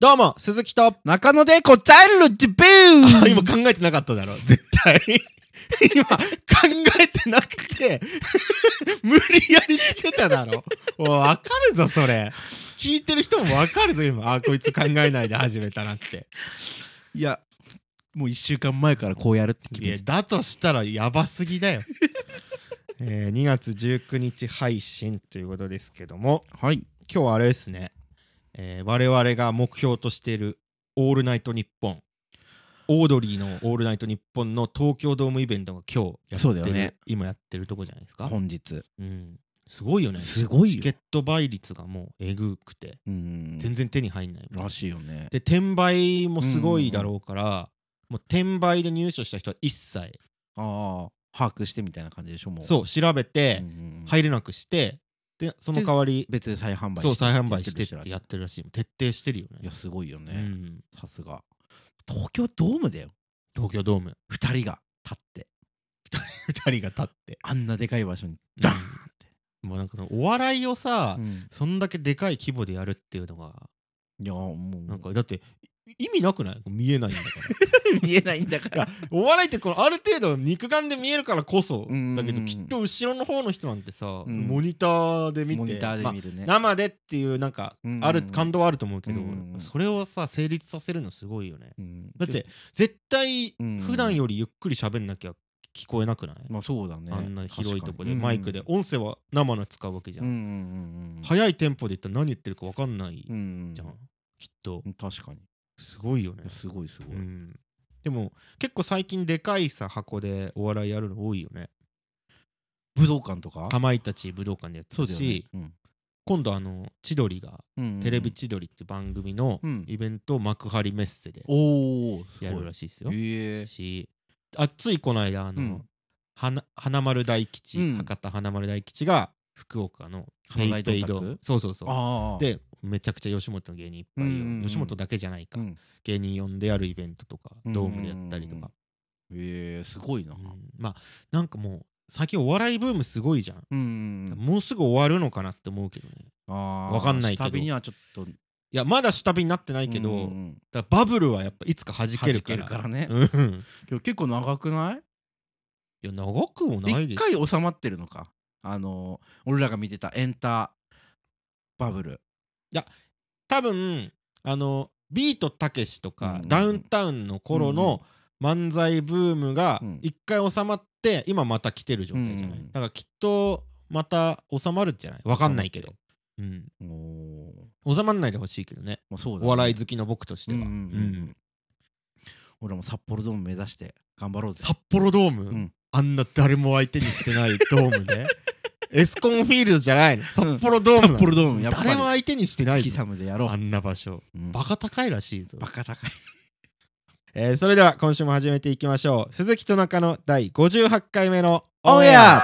どうも鈴木と中野で答えるってブー今考えてなかっただろ絶対今考えてなくて無理やりつけただろ。分かるぞそれ。聞いてる人も分かるぞ今。こいつ考えないで始めたなって。 いやもう1週間前からこうやるって決めてた。 だとしたらやばすぎだよ2月19日配信ということですけども、 はい、 今日はあれですね、我々が目標としているオールナイトニッポン、オードリーのオールナイトニッポンの東京ドームイベントが今日やってる、 そうだよね、 今やってるとこじゃないですか。 本日、 すごいよね。 すごいよ。 チケット倍率がもうえぐくて全然手に入んないらしいよね。 で転売もすごいだろうから、もう転売で入手した人は一切把握してみたいな感じでしょ。もうそう調べて入れなくして、でその代わり別で再販売して、 そう再販売してってやってるらしい。徹底してるよね。 いやすごいよね、さすが。東京ドームだよ。 東京ドーム 2人が立って 2人が立ってあんなでかい場所にダーンって、 もうなんかそのお笑いをさ、そんだけでかい規模でやるっていうのが、 いやもうなんかだって意味なくない？見えないんだから見えないんだからお笑いってこのある程度肉眼で見えるからこそだけど、きっと後ろの方の人なんてさ、モニターで見て、 モニターで見るね、 生でっていうなんかある感動はあると思うけど、それをさ成立させるのすごいよね。だって絶対普段よりゆっくり喋んなきゃ聞こえなくない？ まあそうだね。 あんな広いとこでマイクで音声は生の使うわけじゃん。速いテンポで言ったら何言ってるか分かんないじゃん、きっと。 確かにすごいよね。 すごいすごい。 でも結構最近でかいさ箱でお笑いやるの多いよね。 武道館とかかまいたち武道館でやってたし、今度千鳥がテレビ千鳥って番組のイベントを幕張メッセでやるらしいですよ。ついこの間花丸大吉、博多華丸大吉が福岡のペイペイドそうでめちゃくちゃ吉本の芸人いっぱい吉本だけじゃないか、芸人呼んでやるイベントとかドームでやったりとか。 すごいな。 まあなんかもう最近お笑いブームすごいじゃん。もうすぐ終わるのかなって思うけどね。わかんないけど。 下火にはちょっといやまだ下火になってないけど、だからバブルはやっぱいつか弾けるからね。今日結構長くない？ いや長くもないで。一回収まってるのか。俺らが見てたエンタバブル。 いや多分ビートたけしとかダウンタウンの頃の漫才ブームが一回収まって今また来てる状態じゃない。だからきっとまた収まるんじゃない？わかんないけど。収まんないでほしいけどね。お笑い好きの僕としては。 俺も札幌ドーム目指して頑張ろうぜ。 札幌ドーム、あんな誰も相手にしてないドームでエスコンフィールドじゃないの、札幌ドーム。 札幌ドームやっぱり誰も相手にしてないぞ。 あんな場所、バカ高いらしいぞ。 バカ高いそれでは今週も始めていきましょう。鈴木と中野第58回目のオンエア。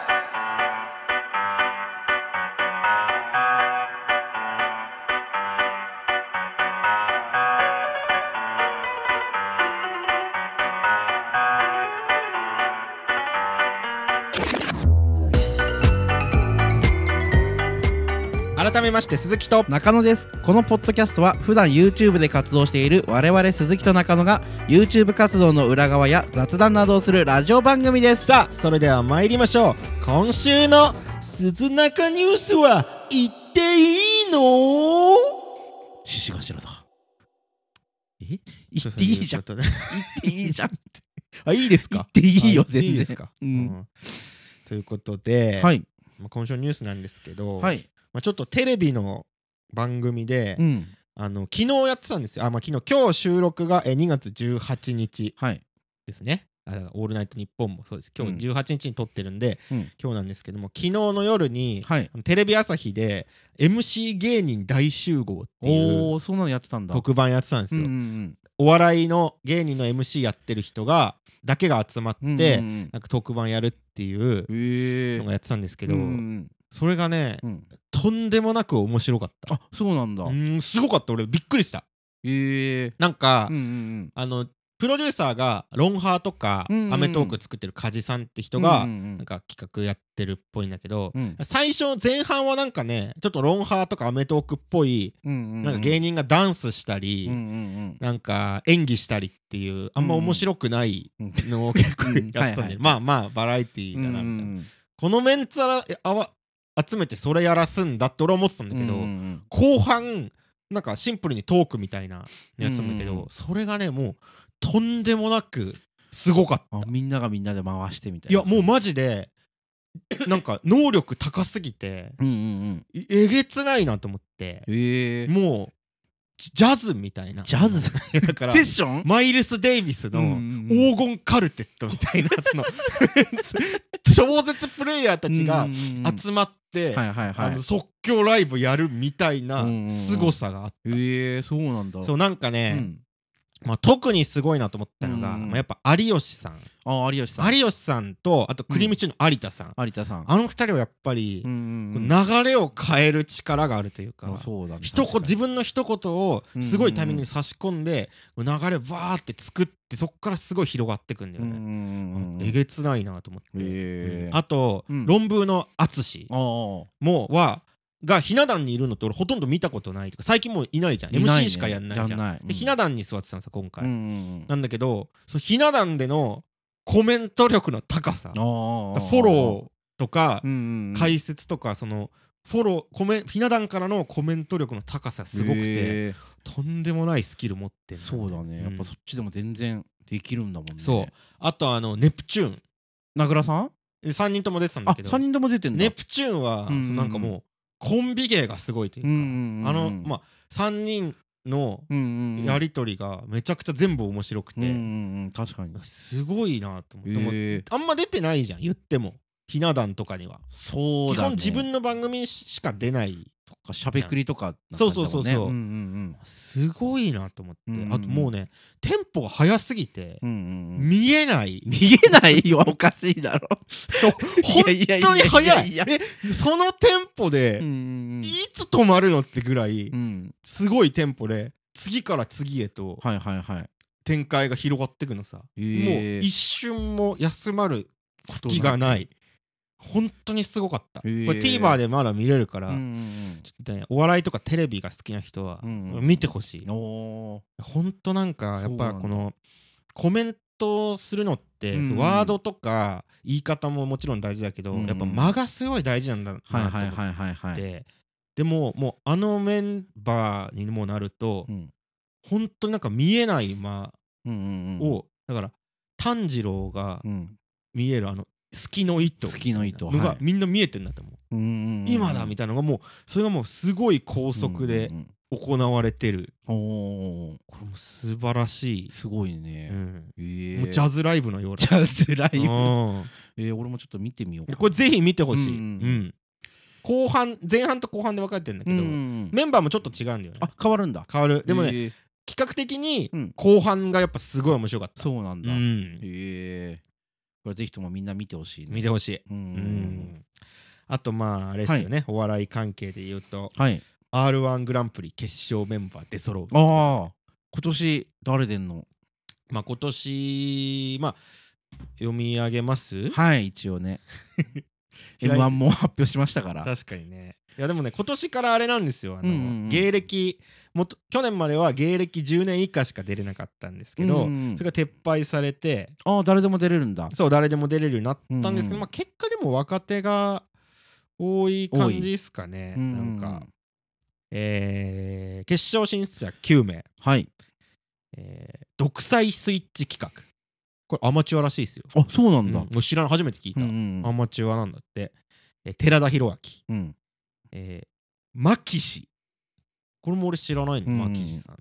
改めまして鈴木と中野です。このポッドキャストは普段 YouTube で活動している我々鈴木と中野が YouTube 活動の裏側や雑談などをするラジオ番組です。 さあそれでは参りましょう。今週の鈴中ニュースは言っていいの？ 獅子頭だ。言っていいじゃん。言っていいじゃん。 いいですか？ 言っていいよ全然。 いいですか？ということで、今週のニュースなんですけど、ちょっとテレビの番組で、昨日やってたんですよ。今日収録が2月18日ですね。オールナイトニッポンもそうです。今日18日に撮ってるんで、今日なんですけども、昨日の夜に、テレビ朝日で MC 芸人大集合っていう特番やってたんですよ。お笑いの芸人の MC やってる人だけが集まってなんか特番やるっていうのがやってたんですけど、それがね、とんでもなく面白かった。 あ、そうなんだ。 すごかった。俺びっくりした。なんかプロデューサーがロンハーとかアメトーク作ってる梶さんって人がなんか企画やってるっぽいんだけど、最初前半はなんかねちょっとロンハーとかアメトークっぽいなんか芸人がダンスしたりなんか演技したりっていうあんま面白くないのを結構やってたんで、まあまあバラエティーだなみたいな、このメンツ集めてそれやらすんだって俺は思ってたんだけど、後半なんかシンプルにトークみたいなやつなんだけど、それがねもうとんでもなくすごかった。 みんながみんなで回してみたいな。 いやもうマジでなんか能力高すぎてえげつないなと思って、もうジャズみたいな。 ジャズだからセッションマイルス・デイビスの黄金カルテットみたいなその超絶プレイヤーたちが集まって即興ライブやるみたいな凄さがあった。 そうなんだ。 そうなんかね、特にすごいなと思ったのがやっぱ有吉さん。有吉さんとあとクリームシチューの有田さん、あの二人はやっぱり流れを変える力があるというか、自分の一言をすごいタイミングに差し込んで流れをバーって作ってそこからすごい広がってくんだよね。えげつないなと思って。あと論文の淳がひな壇にいるのって俺ほとんど見たことないとか、最近もういないじゃん。MC しかやんないじゃん。でひな壇に座ってたんですよ今回。なんだけどひな壇でのコメント力の高さ、フォローとか解説とかそのひな壇からのコメント力の高さすごくてとんでもないスキル持ってんの。 そうだね、やっぱそっちでも全然できるんだもんね。 そうあとネプチューン名倉さん 3人とも出てたんだけど、 3人とも出てんだ。 ネプチューンはなんかもうコンビ芸がすごいというか、3人のやり取りがめちゃくちゃ全部面白くて、 確かにすごいなと思って。あんま出てないじゃん言ってもひな壇とかには。そうだね、基本自分の番組しか出ないとかしゃべくりとか。 そうすごいなと思って。あともうねテンポが速すぎて見えないはおかしいだろ本当に速い。そのテンポでいつ止まるのってぐらいすごいテンポで次から次へと展開が広がってくのさ。もう一瞬も休まる隙がない。本当にすごかった。これ TVer でまだ見れるから、ちょっとねお笑いとかテレビが好きな人は見てほしい。本当なんかやっぱこのコメントするのってワードとか言い方ももちろん大事だけど、やっぱ間がすごい大事なんだなと思って。でももうメンバーにもなると本当になんか見えない間を、だから炭治郎が見える隙の糸がみんな見えてんだと思う。今だみたいなのがもうそれがもうすごい高速で行われてる。これも素晴らしい。 すごいね。 もうジャズライブのような。 ジャズライブ。俺もちょっと見てみよう。 これぜひ見てほしい。後半前半と後半で分かれてるんだけどメンバーもちょっと違うんだよね。 変わるんだ。 変わる。でもね企画的に後半がやっぱすごい面白かった。 そうなんだ。これぜひともみんな見てほしいね。 見てほしい。あとまああれですよね、お笑い関係で言うと R1 グランプリ決勝メンバー出揃う。 今年誰出んの？ 今年読み上げます？ はい一応ねM1 も発表しましたから。 確かにね。いやでもね今年からあれなんですよ、芸歴去年までは芸歴10年以下しか出れなかったんですけど、それが撤廃されて誰でも出れるんだ。 そう誰でも出れるようになったんですけど、結果でも若手が多い感じですかね。なんか決勝進出者9名、独裁スイッチ企画、これアマチュアらしいですよ。 そうなんだ。 知らない、初めて聞いた。アマチュアなんだって。寺田裕明、牧師、これも俺知らないの、牧師さんって。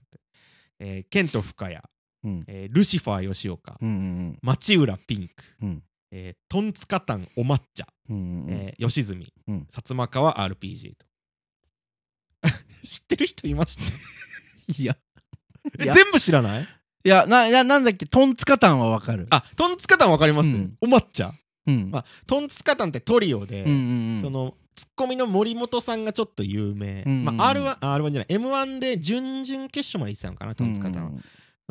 ケント深谷、ルシファー吉岡、町浦ピンク、トンツカタンお抹茶、吉住、薩摩川 RPG と。知ってる人いました？ いや全部知らない？ いやなんだっけ、トンツカタンはわかる。 トンツカタンわかります？お抹茶。トンツカタンってトリオでそのツッコミの森本さんがちょっと有名。R1 じゃない M1 で準々決勝まで行ってたのかな、トンツカタンは。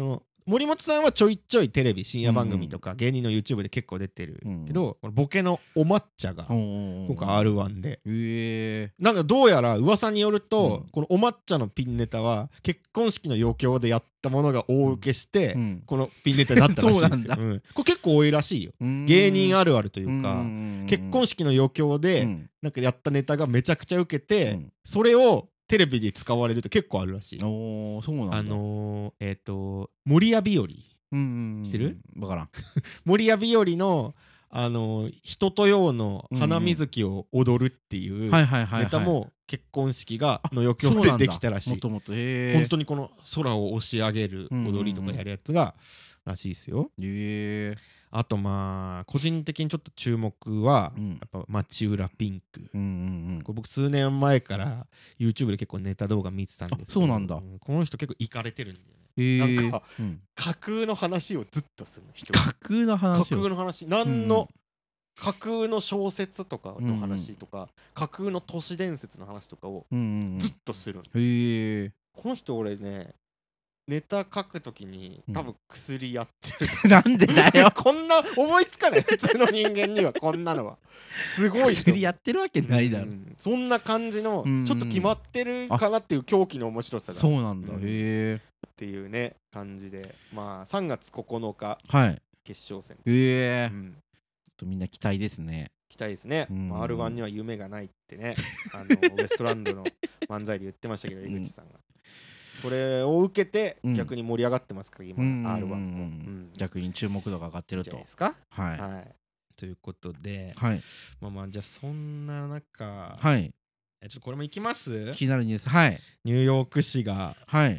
森本さんはちょいちょいテレビ深夜番組とか芸人の YouTube で結構出てるけど、このボケのお抹茶が今回 R1 で、なんかどうやら噂によると、このお抹茶のピンネタは結婚式の余興でやったものが大受けして、このピンネタになったらしいんですよ。これ結構多いらしいよ。芸人あるあるというか、結婚式の余興でなんかやったネタがめちゃくちゃ受けて、それをテレビで使われると結構あるらしい。 そうなんだ。 守谷日和してる？ わからん。 守谷日和の人とようの花水木を踊るっていうネタも結婚式の余興でできたらしい。本当にこの空を押し上げる踊りとかやるやつがらしいですよ。あとまあ個人的にちょっと注目はやっぱ町浦ピンク。これ僕数年前から YouTube で結構ネタ動画見てたんですけど、 そうなんだ。 この人結構イカれてるんだよね。なんか架空の話をずっとする人。 架空の話。何の架空の小説とかの話とか、架空の都市伝説の話とかをずっとする。この人俺ね、ネタ書くときに多分薬やってる。 なんでだよ。 こんな思いつかない。普通の人間にはこんなのは。すごい。 薬やってるわけないだろ。 そんな感じのちょっと決まってるかなっていう狂気の面白さが。 そうなんだ。 っていうね感じで、まあ3月9日決勝戦。 みんな期待ですね。 期待ですね。R1 には夢がないってね、ウエストランドの漫才で言ってましたけど、江口さんが。それを受けて逆に盛り上がってますから今 R1 も逆に注目度が上がってると。 ですか。 はい。 ということで、まあじゃあそんな中、ちょっとこれもいきます。 気になるニュース。 ニューヨーク市が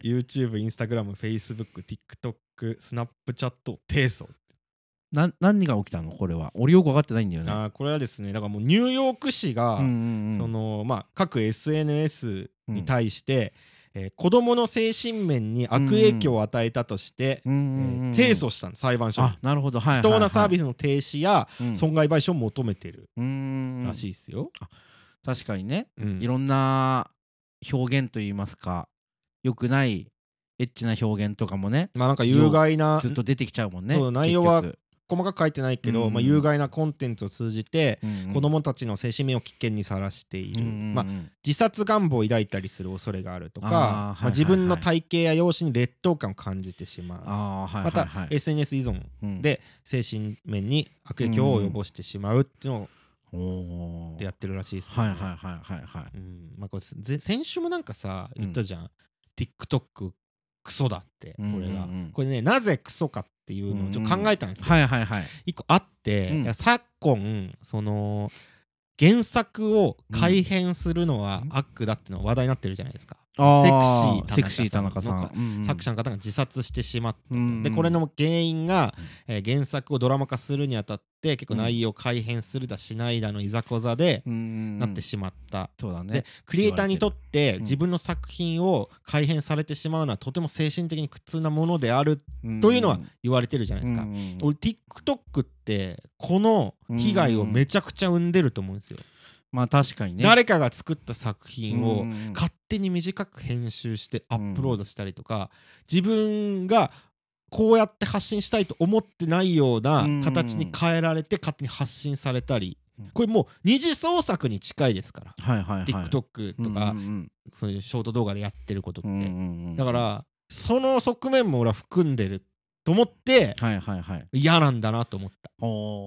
YouTube、Instagram、Facebook、TikTok、Snapchat 提訴。 何が起きたのこれは。俺よく分かってないんだよね。 これはですね、だからもうニューヨーク市が各 SNS に対して子どもの精神面に悪影響を与えたとして提訴したの、裁判所に。 なるほど。 不当なサービスの停止や損害賠償を求めてるらしいですよ。 確かにね、いろんな表現といいますか、よくないエッチな表現とかもね、 まあなんか有害なずっと出てきちゃうもんね。 そう、内容は細かく書いてないけど、有害なコンテンツを通じて子どもたちの精神面を危険にさらしている、自殺願望を抱いたりする恐れがあるとか、自分の体型や容姿に劣等感を感じてしまう、また SNS 依存で精神面に悪影響を及ぼしてしまうっていうのをってやってるらしいですね。先週もなんかさ言ったじゃん、TikTok クソだって。これね、なぜクソかっていうのをちょっと考えたんですよ。一個あって、昨今その原作を改変するのは悪だっての話題になってるじゃないですか。 セクシー田中さん、 作者の方が自殺してしまった。でこれの原因が原作をドラマ化するにあたって結構内容を改変するだしないだのいざこざでなってしまった。でクリエイターにとって自分の作品を改変されてしまうのはとても精神的に苦痛なものであるというのは言われてるじゃないですか。俺 TikTok ってこの被害をめちゃくちゃ生んでると思うんですよ。 まあ確かにね、 誰かが作った作品を勝手に短く編集してアップロードしたりとか、自分がこうやって発信したいと思ってないような形に変えられて勝手に発信されたり、これもう二次創作に近いですから、TikTok とかそういうショート動画でやってることって。だからその側面も俺は含んでると思って嫌なんだなと思った。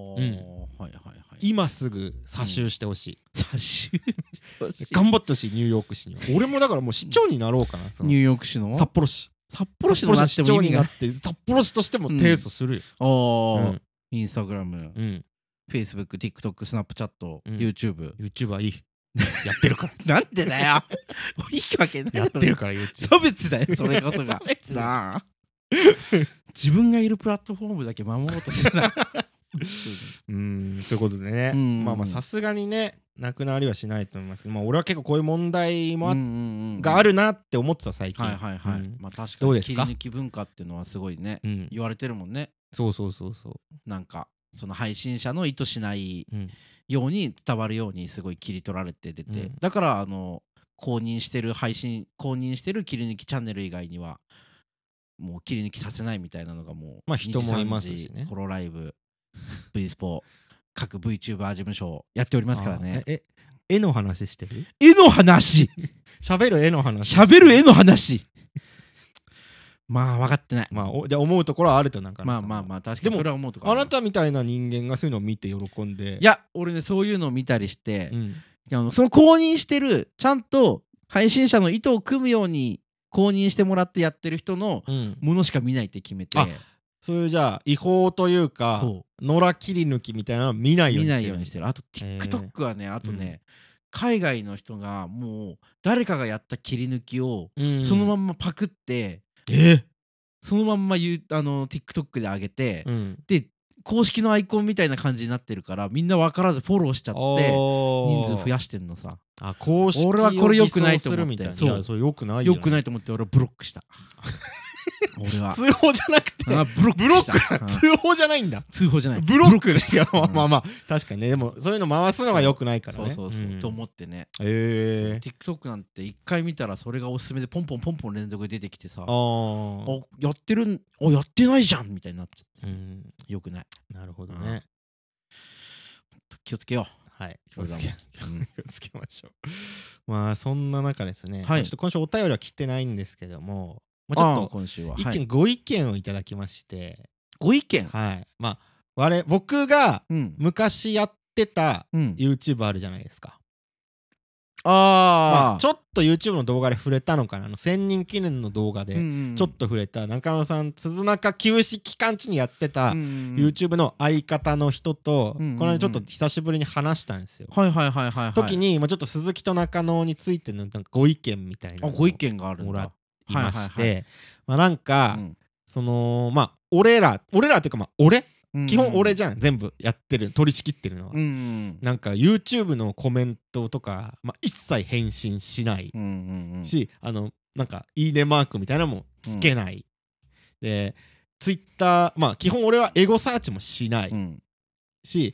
今すぐ査集してほしい。頑張ってほしい、ニューヨーク市には。俺もだからもう市長になろうかな。 ニューヨーク市の札幌市の市長になって札幌市としても提訴するよ。 インスタグラム、フェイスブック、TikTok、スナップチャット、YouTube はいい。やってるから。 なんでだよ。いいわけない。 やってるから YouTube。 差別だよ、それこそが。なあ。自分がいるプラットフォームだけ守ろうとしてた。 ということでね、まあさすがにねなくなりはしないと思いますけど、俺は結構こういう問題もがあるなって思ってた最近。 まあ確かに切り抜き文化っていうのはすごいね言われてるもんね。 そうなんかその配信者の意図しないように伝わるようにすごい切り取られて出て、だから公認してる切り抜きチャンネル以外にはもう切り抜きさせないみたいなのがもうまあ人もいますしね。 ホロライブ V スポ各 VTuber 事務所やっておりますからね。 絵の話してる？ 絵の話喋る絵の話。 喋る絵の話まあ分かってない。 まあじゃあ思うところはあるとなんか。 まあ確かにそれは思うところ。 あなたみたいな人間がそういうのを見て喜んで。 いや俺ねそういうのを見たりして、その公認してるちゃんと配信者の意図を組むように公認してもらってやってる人のものしか見ないって決めて。 そういうじゃあ違法というか野良切り抜きみたいなの見ないようにしてる。 あと TikTok はねあとね、海外の人がもう誰かがやった切り抜きをそのまんまパクって、そのまんまTikTok で上げて、で公式のアイコンみたいな感じになってるからみんな分からずフォローしちゃって人数増やしてんのさ。 公式を俺はこれ良くないと思って、 そう良くないよね。良くないと思って俺はブロックした俺は通報じゃなくてブロック通報じゃないんだ。 通報じゃないブロックで。いやまあ確かにね。でもそういうの回すのが良くないからね。 そうと思ってね。TikTok なんて一回見たらそれがおすすめでポンポン連続で出てきてさ、やってるやってないじゃんみたいになっちゃって。良くない。 なるほどね。 気をつけよう。 はい、気をつけましょう。まあそんな中ですね、ちょっと今週お便りは来てないんですけども、ちょっと今週はご意見をいただきまして。 ご意見？ はい。まあ僕が昔やってた YouTube あるじゃないですか。ちょっと YouTube の動画で触れたのかな、1000人記念の動画でちょっと触れた中野さん鈴中休止期間中にやってた YouTube の相方の人とこの間ちょっと久しぶりに話したんですよ。時にちょっと鈴木と中野についてのなんかご意見みたいなのをご意見があるもらいまして、なんかその俺らっていうか基本俺じゃん全部やってる取り仕切ってるのは。なんか YouTube のコメントとか一切返信しないし、なんかいいねマークみたいなのもつけないで、Twitter 基本俺はエゴサーチもしないし、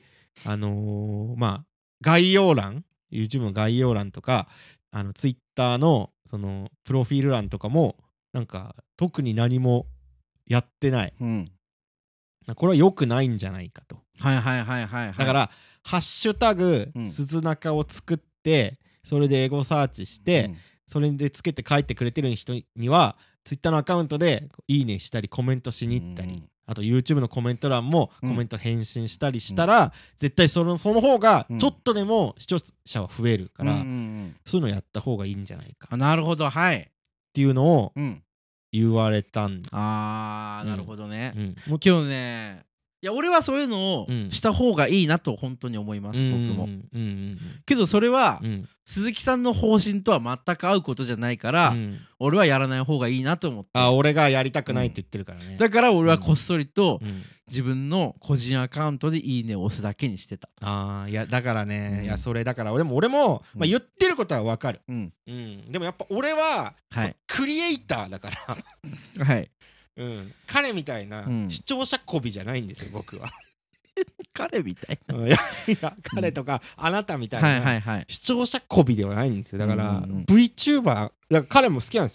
概要欄 YouTube の概要欄とかTwitter のそのプロフィール欄とかもなんか特に何もやってない。これは良くないんじゃないかと。だからハッシュタグ鈴中を作ってそれでエゴサーチしてそれでつけて書いてくれてる人には Twitter のアカウントでいいねしたりコメントしに行ったり、あと YouTube のコメント欄もコメント返信したりしたら絶対その方がちょっとでも視聴者は増えるから、そういうのやった方がいいんじゃないか。 なるほど、はい。 っていうのを言われたんだ。 なるほどね。もう今日ね、いや俺はそういうのをした方がいいなと本当に思います、僕も。けどそれは鈴木さんの方針とは全く合うことじゃないから、俺はやらない方がいいなと思って。 俺がやりたくないって言ってるからね。 だから俺はこっそりと自分の個人アカウントでいいねを押すだけにしてた。 いやだからね、いやそれだから俺も言ってることは分かる。でもやっぱ俺はクリエイターだからはい。彼みたいな視聴者こびじゃないんですよ僕は。 彼みたいな。 いや彼とかあなたみたいな視聴者こびではないんですよ。だから VTuber だから彼も好きなんです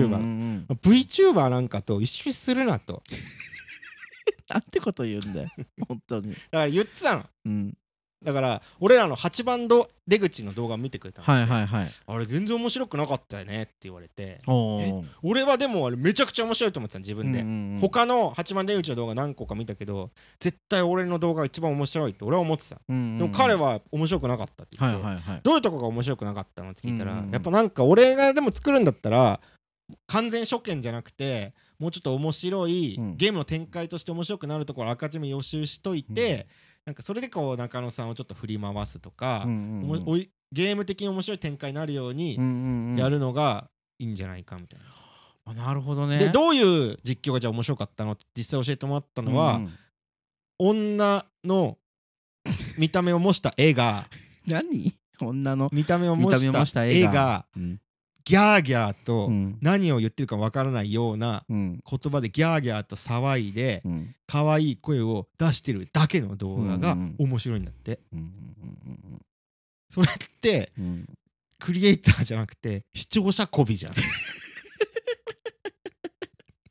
VTuber なんかと一緒にするなと。 なんてこと言うんだよ本当に。 だから言ってたの。だから俺らの8番出口の動画見てくれたの。あれ全然面白くなかったよねって言われて、俺はでもあれめちゃくちゃ面白いと思ってた自分で。他の8番出口の動画何個か見たけど絶対俺の動画が一番面白いって俺は思ってた。でも彼は面白くなかったって言って、どういうとこが面白くなかったのって聞いたら、やっぱなんか俺がでも作るんだったら完全初見じゃなくてもうちょっと面白いゲームの展開として面白くなるところをあらかじめ予習しといて、なんかそれでこう中野さんをちょっと振り回すとか、ゲーム的に面白い展開になるようにやるのがいいんじゃないかみたいな。なるほどね。 でどういう実況がじゃあ面白かったのって実際教えてもらったのは、女の見た目を模した絵が何？女の見た目を模した絵がギャーギャーと何を言ってるかわからないような言葉でギャーギャーと騒いで可愛い声を出してるだけの動画が面白いんだって。それってクリエイターじゃなくて視聴者こびじゃん。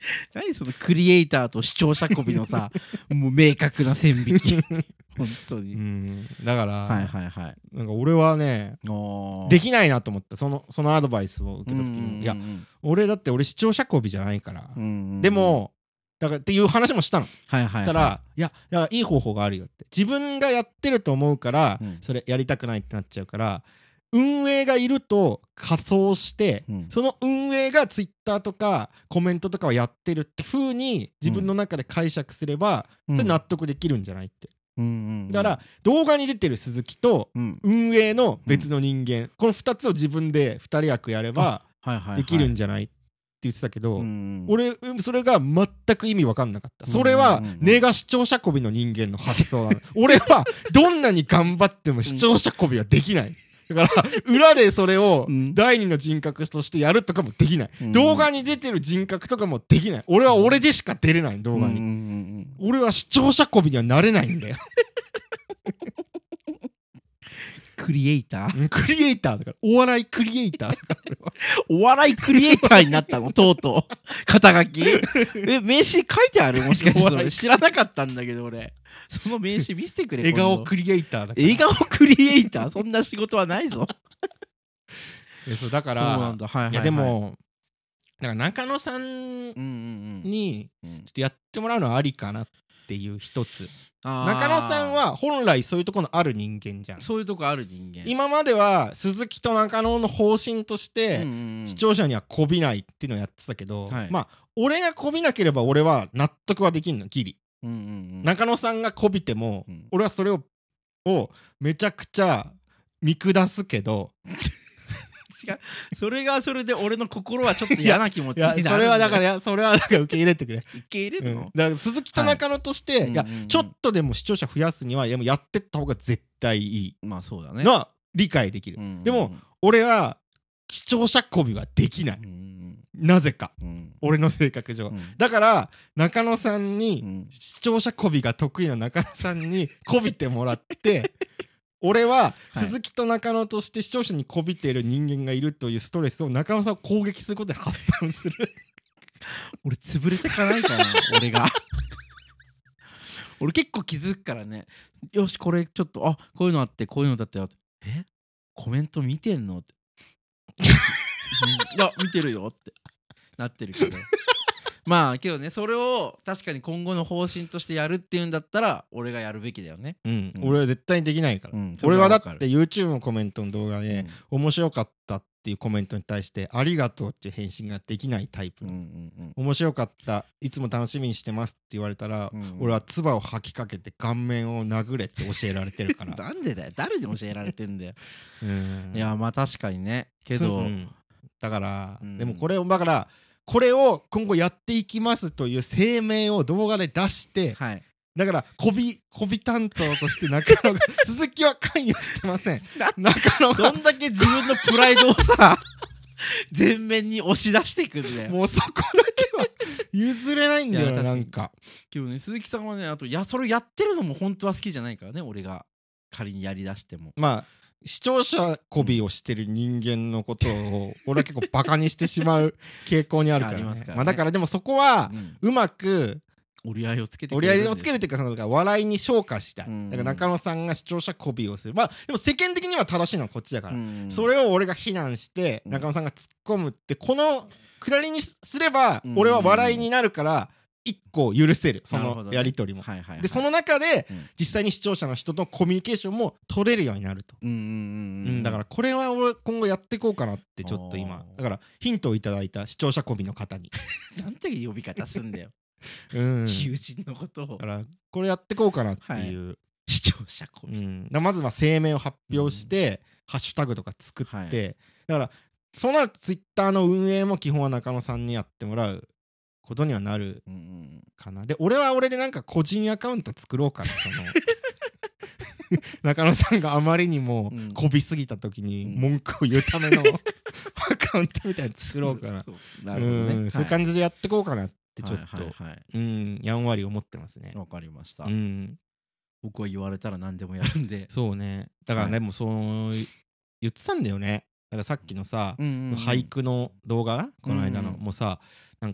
何そのクリエイターと視聴者こびのさもう明確な線引き本当に。 だから、 はいはいはい、 なんか俺はねできないなと思った。そのアドバイスを受けた時に、いや俺だって俺視聴者こびじゃないから、でもだからっていう話もしたの。 はいはいはい、 たらいやいい方法があるよって。自分がやってると思うから、それやりたくないってなっちゃうから、運営がいると仮装して、その運営がツイッターとかコメントとかをやってるって風に自分の中で解釈すれば、それ納得できるんじゃないって。だから動画に出てる鈴木と運営の別の人間、この2つを自分で2人役やればできるんじゃないって言ってたけど、俺それが全く意味わかんなかった。それは根が視聴者こびの人間の発想なの。俺はどんなに頑張っても視聴者こびはできない。だから裏でそれを第二の人格としてやるとかもできない、動画に出てる人格とかもできない。俺は俺でしか出れない。動画に、俺は視聴者こびにはなれないんだよクリエイタークリエイターだから、お笑いクリエイターだからお笑いクリエイターになったのとうとう肩書き名刺書いてある？もしかして俺知らなかったんだけど。俺その名刺見せてくれ。 笑顔クリエイターだから。 笑顔クリエイターそんな仕事はないぞそうだから、いやでもだから中野さんにちょっとやってもらうのはありかなっていう一つ。中野さんは本来そういうところのある人間じゃん。 そういうとこある人間。 今までは鈴木と中野の方針として視聴者にはこびないっていうのをやってたけど、まあ俺がこびなければ俺は納得はできんのギリ。中野さんがこびても俺はそれをめちゃくちゃ見下すけど違う、それがそれで俺の心はちょっと嫌な気持ちになる。 それはだから受け入れてくれ。 受け入れるの、 だから鈴木と中野として、いやちょっとでも視聴者増やすにはやってった方が絶対いい。 まあそうだね。 のは理解できる。でも俺は視聴者こびはできない。なぜか、俺の性格上、だから中野さんに、視聴者こびが得意な中野さんにこびてもらって俺は鈴木と中野として視聴者にこびている人間がいるというストレスを中野さんを攻撃することで発散する俺潰れてかないかな俺が俺結構気づくからね。よしこれちょっとこういうのあってこういうのだってコメント見てんのっていや見てるよってなってるけどまあけどね、それを確かに今後の方針としてやるっていうんだったら俺がやるべきだよね。俺は絶対にできないから、俺はだって YouTube のコメントの動画で、面白かったっていうコメントに対してありがとうっていう返信ができないタイプ。面白かった、いつも楽しみにしてますって言われたら、俺は唾を吐きかけて顔面を殴れって教えられてるからなんでだよ、誰で教えられてんだよいやまあ確かにね、けどだから、でもこれをだからこれを今後やっていきますという声明を動画で出して、だからこび担当として中野が鈴木は関与してません中野がどんだけ自分のプライドをさ前面に押し出していくんだよ。 もうそこだけは譲れないんだよな。なんかけどね、鈴木さんはね、あとそれやってるのも本当は好きじゃないからね、俺が仮にやりだしても。 まあ視聴者こびをしてる人間のことを俺は結構バカにしてしまう傾向にあるからね。まあだからでもそこはうまく折り合いをつけて折り合いをつけるっていうか、その笑いに昇華したい。だから中野さんが視聴者こびをする。まあでも世間的には正しいのはこっちだから、それを俺が非難して中野さんが突っ込むって、このくだりにすれば俺は笑いになるから一個許せる、そのやり取りも。でその中で実際に視聴者の人とコミュニケーションも取れるようになると。だからこれは俺今後やっていこうかなってちょっと今だからヒントをいただいた視聴者こびの方になんて呼び方すんだよ友人のことを。 だからこれやっていこうかなっていう、 視聴者こび、 まずは声明を発表して、ハッシュタグとか作って、だからそうなるとツイッターの運営も基本は中野さんにやってもらうことにはなるかな。で俺は俺でなんか個人アカウント作ろうかな。その中野さんがあまりにもこびすぎた時に文句を言うためのアカウントみたいなの作ろうかな。そういう感じでやっていこうかなってちょっとやんわり思ってますね。 わかりました。僕は言われたら何でもやるんで。 そうね。だからね、もうそう言ってたんだよね。だからさっきのさ俳句の動画この間のもうさ、なんか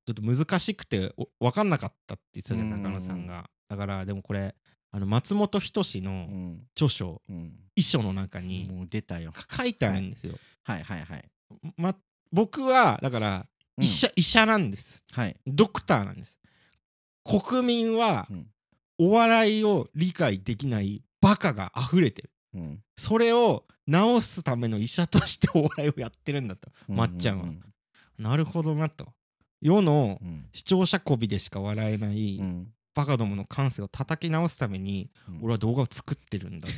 ちょっと難しくて分かんなかったって言ってたじゃん、中野さんが。だからでもこれ松本人志の著書「遺書」の中にもう出たよ書いてあるんですよ。 はいはいはい。 僕はだから医者なんです、ドクターなんです。国民はお笑いを理解できないバカが溢れてる、それを治すための医者としてお笑いをやってるんだと、まっちゃんは。なるほどなと。世の視聴者こびでしか笑えないバカどもの感性を叩き直すために俺は動画を作ってるんだと。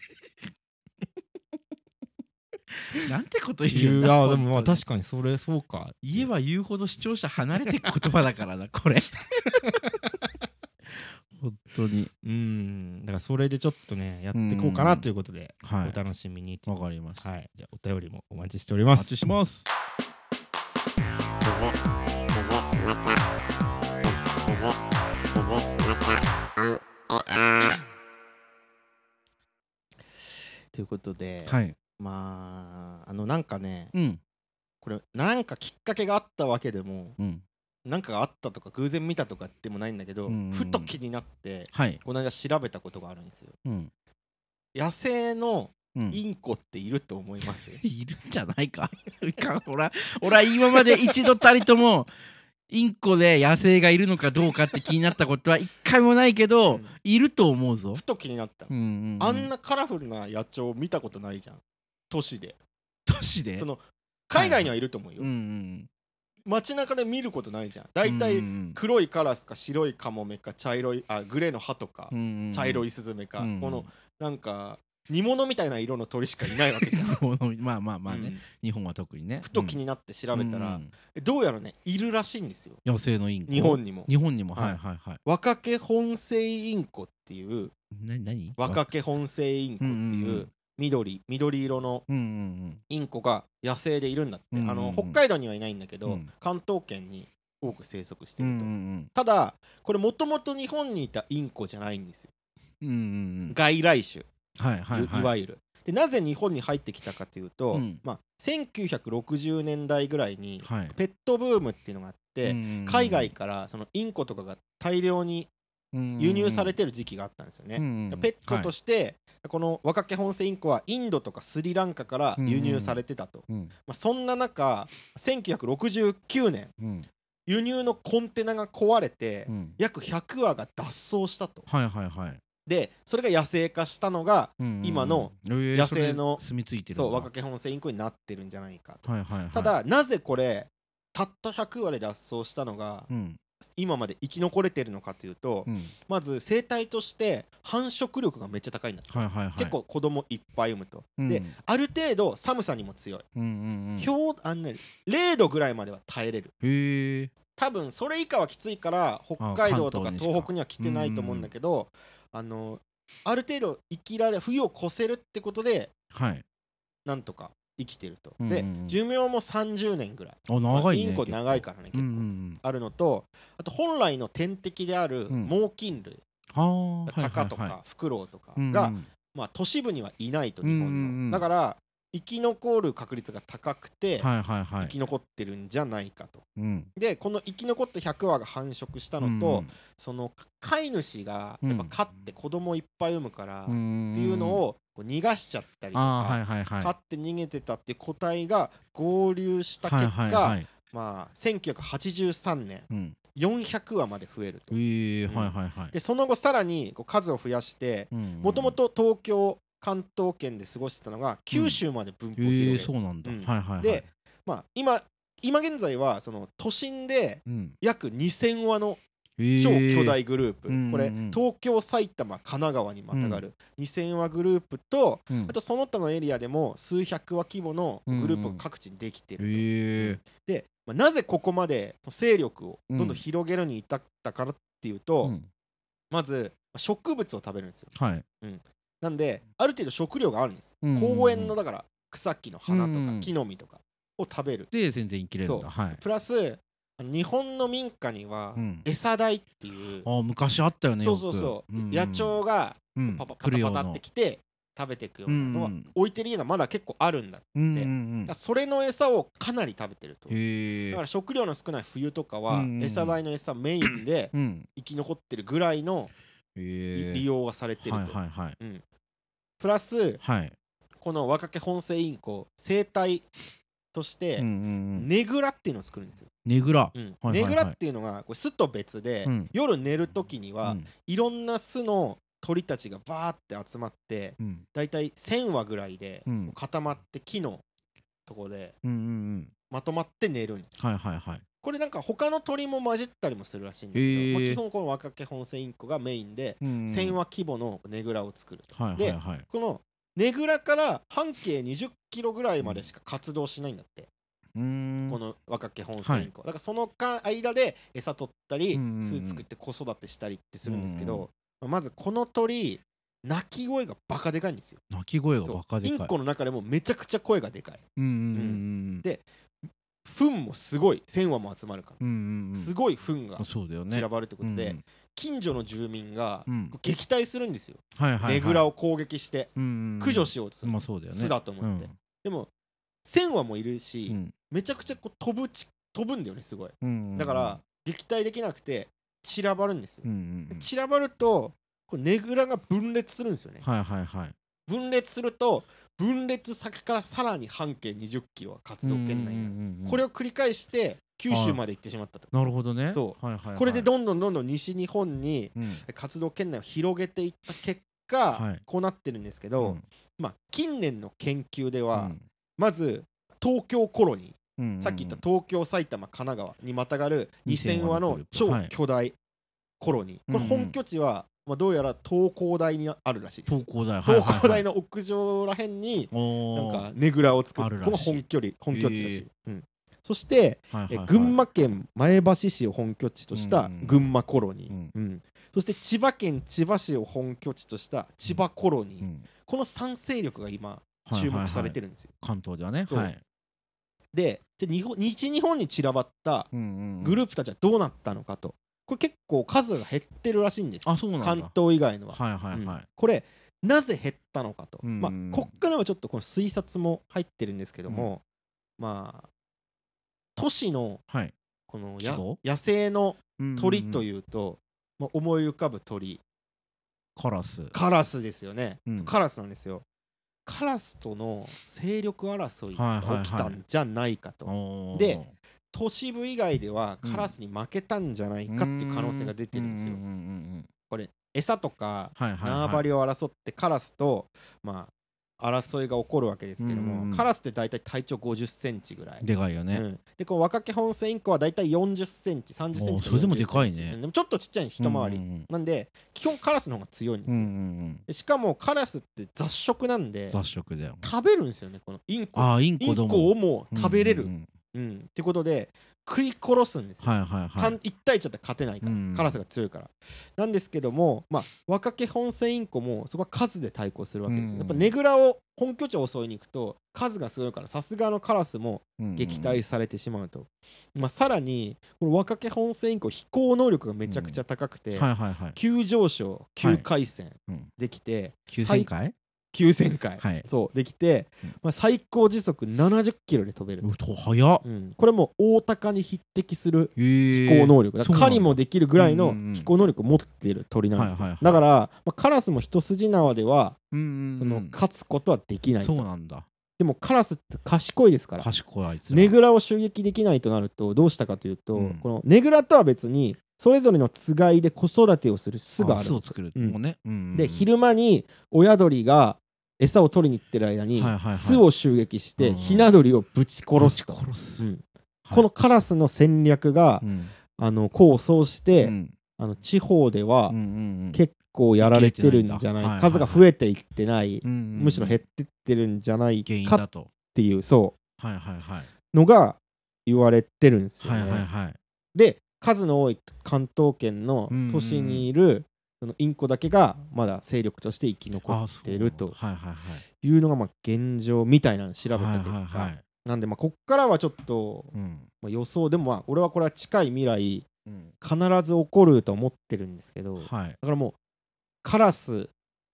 なんてこと言うんだ。 いやでもまあ確かにそれそうか。 言えば言うほど視聴者離れていく言葉だからなこれ。本当に。 だからそれでちょっとねやっていこうかなということで、お楽しみに。 わかりました。 はい。じゃあお便りもお待ちしております。 お待ちしてます。 ということで、 はい、 まあなんかね、これなんかきっかけがあったわけでも、なんかがあったとか偶然見たとかでもないんだけど、ふと気になって、この間調べたことがあるんですよ。野生のインコっていると思います？ いるんじゃないか。俺は今まで一度たりともインコで野生がいるのかどうかって気になったことは一回もないけど、いると思うぞ。 ふと気になった。あんなカラフルな野鳥見たことないじゃん、都市で。その海外にはいると思うよ。街中で見ることないじゃん。だいたい黒いカラスか白いカモメか茶色いグレーのハトか茶色いスズメか、このなんか煮物みたいな色の鳥しかいないわけじゃん。 まあね、日本は特にね。 ふと気になって調べたら、どうやらねいるらしいんですよ、 野生のインコ。 日本にも。 はいはいはい。 ワカケホンセイインコっていう、ワカケホンセイインコっていう緑色のインコが野生でいるんだって。北海道にはいないんだけど、関東圏に多く生息してると。ただこれもともと日本にいたインコじゃないんですよ、外来種。いわゆる。でなぜ日本に入ってきたかというと、1960年代ぐらいにペットブームっていうのがあって、海外からそのインコとかが大量に輸入されてる時期があったんですよね。ペットとしてこのワカケホンセイインコはインドとかスリランカから輸入されてたと。そんな中1969年輸入のコンテナが壊れて約100羽が脱走したと。でそれが野生化したのが今の野生のワカケホンセイインコになってるんじゃないかと。ただなぜこれたった100羽で脱走したのが今まで生き残れてるのかというと、まず生態として繁殖力がめっちゃ高いんだって。結構子供いっぱい産むと。である程度寒さにも強い。0度ぐらいまでは耐えれる。多分それ以下はきついから北海道とか東北には来てないと思うんだけど、ある程度生きられ冬を越せるってことで、なんとか生きてると。で寿命も30年ぐらい。インコ長いからね結構あるのと、あと本来の天敵である猛禽類、タカとかフクロウとかが都市部にはいないと、日本の。だから生き残る確率が高くて生き残ってるんじゃないかと。でこの生き残った100羽が繁殖したのと、その飼い主がやっぱ飼って子供いっぱい産むからっていうのを逃がしちゃったりとか、飼って逃げてたっていう個体が合流した結果、1983年400羽まで増えると。でその後さらに数を増やして、もともと東京関東圏で過ごしてたのが九州まで分布を広げる。 そうなんだ。 で今現在はその都心で約2000羽の超巨大グループ、これ東京埼玉神奈川にまたがる2000羽グループと、あとその他のエリアでも数百羽規模のグループが各地にできてると。でなぜここまで勢力をどんどん広げるに至ったからっていうと、まず植物を食べるんですよ。なんである程度食料があるんです。公園のだから草木の花とか木の実とかを食べる。 で全然生きれるんだ。 プラス日本の民家には餌台っていう、 昔あったよね。 そう野鳥がパパパタパタってきて食べていくようなのは置いてる家がまだ結構あるんだって、それの餌をかなり食べてると。だから食料の少ない冬とかは餌代の餌メインで生き残ってるぐらいの利用がされてると。プラスこのワカケホンセイインコ生態としてねぐらっていうのを作るんですよ。 ねぐらっていうのがこれ巣と別で、夜寝る時にはいろんな巣の鳥たちがバーって集まって、だいたい1000羽ぐらいで固まって木のとこでまとまって寝るんです。これなんか他の鳥も混じったりもするらしいんですけど、基本このワカケホンセイインコがメインで1000羽規模のねぐらを作る。でこのねぐらから半径20キロぐらいまでしか活動しないんだって、このワカケホンセイインコ。だからその間で餌取ったり巣作って子育てしたりってするんですけど、まずこの鳥鳴き声がバカでかいんですよ。 鳴き声がバカでかい。 インコの中でもめちゃくちゃ声がでかい。で糞もすごい、1000羽も集まるからすごい糞が散らばるってことで、近所の住民が撃退するんですよ。ねぐらを攻撃して駆除しようとする。巣だと思って。でも1000羽もいるし、めちゃくちゃこう飛ぶんだよね、すごい。だから撃退できなくて散らばるんですよ。散らばるとねぐらが分裂するんですよね。分裂すると分裂先からさらに半径20キロは活動圏内になる。これを繰り返して九州まで行ってしまったと。 なるほどね。 これでどんどん西日本に活動圏内を広げていった結果、こうなってるんですけど、近年の研究ではまず東京コロニー、さっき言った東京、埼玉、神奈川にまたがる2000羽の超巨大コロニー、これ本拠地はどうやら東工大にあるらしいです。東工大の屋上らへんになんかねぐらを作る、ここが本拠地らしい。そして群馬県前橋市を本拠地とした群馬コロニー、そして千葉県千葉市を本拠地とした千葉コロニー、この3勢力が今注目されてるんですよ、 関東ではね。 で西日本に散らばったグループたちはどうなったのかと。これ結構数が減ってるらしいんです。関東以外のは。これなぜ減ったのかと。こっからはちょっとこの推察も入ってるんですけども、都市のこの野生の鳥というと思い浮かぶ鳥、カラスですよね。カラスなんですよ。カラスとの勢力争いが起きたんじゃないかと。で都市部以外ではカラスに負けたんじゃないかっていう可能性が出てるんですよ。これ餌とか縄張りを争ってカラスと争いが起こるわけですけども、カラスって大体体長50センチぐらいでかいよね。 でこのワカケホンセイインコは大体40センチ30センチ、 それでもでかいね。 でもちょっとちっちゃい一回りなんで基本カラスの方が強いんですよ。しかもカラスって雑食なんで食べるんですよね、このインコをも食べれるってことで食い殺すんですよ。1対1だったら勝てないから、カラスが強いから。なんですけどもワカケホンセイインコもそこは数で対抗するわけですよ。やっぱねぐらを本拠地を襲いに行くと数がすごいから、さすがのカラスも撃退されてしまうと。さらにこのワカケホンセイインコ飛行能力がめちゃくちゃ高くて、急上昇急回旋できて、 9000回 9000回、そうできて、最高時速70キロで飛べる。 速っ、 これも大鷹に匹敵する飛行能力、狩りもできるぐらいの飛行能力を持っている鳥なんですよ。だから、カラスも一筋縄では勝つことはできない。 そうなんだ。 でもカラスって賢いですから、ねぐらを襲撃できないとなるとどうしたかというと、このねぐらとは別にそれぞれのつがいで子育てをする巣があるんですよ。で昼間に親鳥が餌を取りに行ってる間に巣を襲撃してひな鳥をぶち殺すと。このカラスの戦略が功を奏して地方では結構やられてるんじゃない、数が増えていってない、むしろ減ってってるんじゃないかっていうのが言われてるんですよね。で数の多い関東圏の都市にいるそのインコだけがまだ勢力として生き残っているというのが現状みたいなのを調べた結果なんで、こっからはちょっと予想でも俺はこれは近い未来必ず起こると思ってるんですけど、だからもうカラス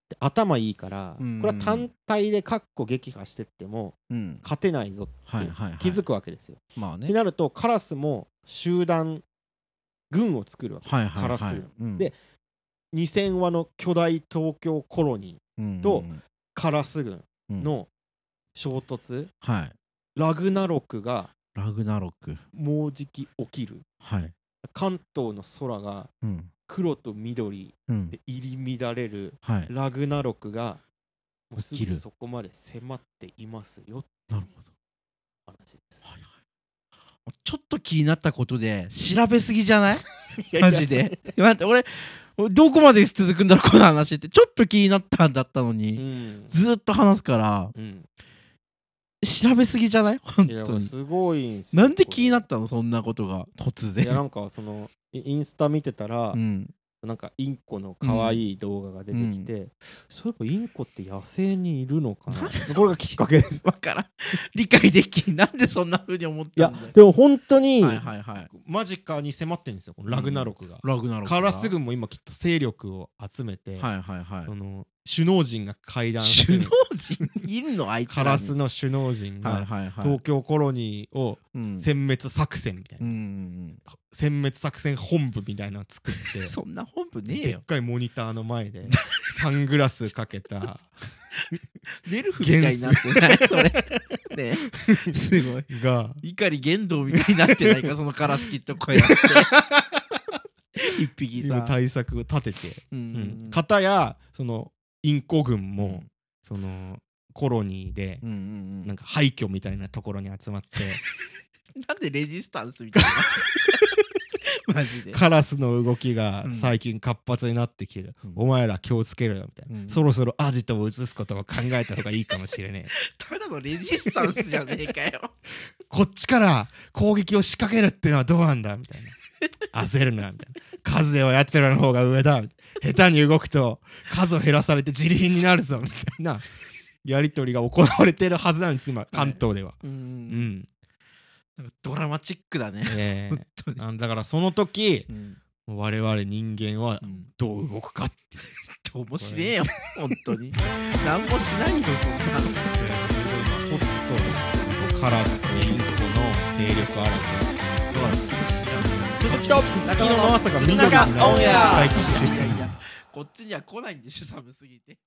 で頭いいから、これは単体でカッコ撃破してっても勝てないぞって気づくわけですよ。ってなるとカラスも集団軍を作るわけです、カラス軍。で2000羽の巨大東京コロニーとカラス軍の衝突、ラグナロクがもうじき起きる。関東の空が黒と緑で入り乱れるラグナロクがもうすぐそこまで迫っていますよっていう話です。 ちょっと気になったことで調べすぎじゃないマジで。待って、俺どこまで続くんだろうこの話って、ちょっと気になったんだったのに、ずっと話すから、調べすぎじゃない本当に。 すごいんですよ。 なんで気になったのそんなことが突然。 いやなんかそのインスタ見てたら、なんかインコの可愛い動画が出てきて、そういえばインコって野生にいるのかなこれがきっかけです。 わからん、理解できん。なんでそんな風に思ったんだよ。 いやでも本当に間近に迫ってるんですよ、ラグナロクが。カラス軍も今きっと勢力を集めて、その首脳陣が会談して、 首脳陣いるのあいつらに。 カラスの首脳陣が東京コロニーを殲滅作戦みたいな、殲滅作戦本部みたいなのを作ってそんな本部ねえよ。 でっかいモニターの前でサングラスかけたデルフみたいになってないそれね、すごいが碇玄道みたいになってないかそのカラスキットこうやって一匹さ対策を立てて、片やそのインコ軍もそのコロニーでなんか廃墟みたいなところに集まってなんでレジスタンスみたいなマジでカラスの動きが最近活発になってきてる、お前ら気をつけろよみたいな、そろそろアジトを移すことを考えた方がいいかもしれねえただのレジスタンスじゃねえかよこっちから攻撃を仕掛けるってのはどうなんだみたいな焦るなみたいな、数はやつらの方が上だ、下手に動くと数を減らされて自利品になるぞみたいなやり取りが行われてるはずなんです今関東では。 なんかドラマチックだね、 だからその時、我々人間はどう動くかってどうもしねえよ本当に何もしないよそんなの。 ホットカラスとインコの勢力争い、鈴木と鈴木のまさか緑になる近いかもしれない。 こっちには来ないんでしょ寒すぎて。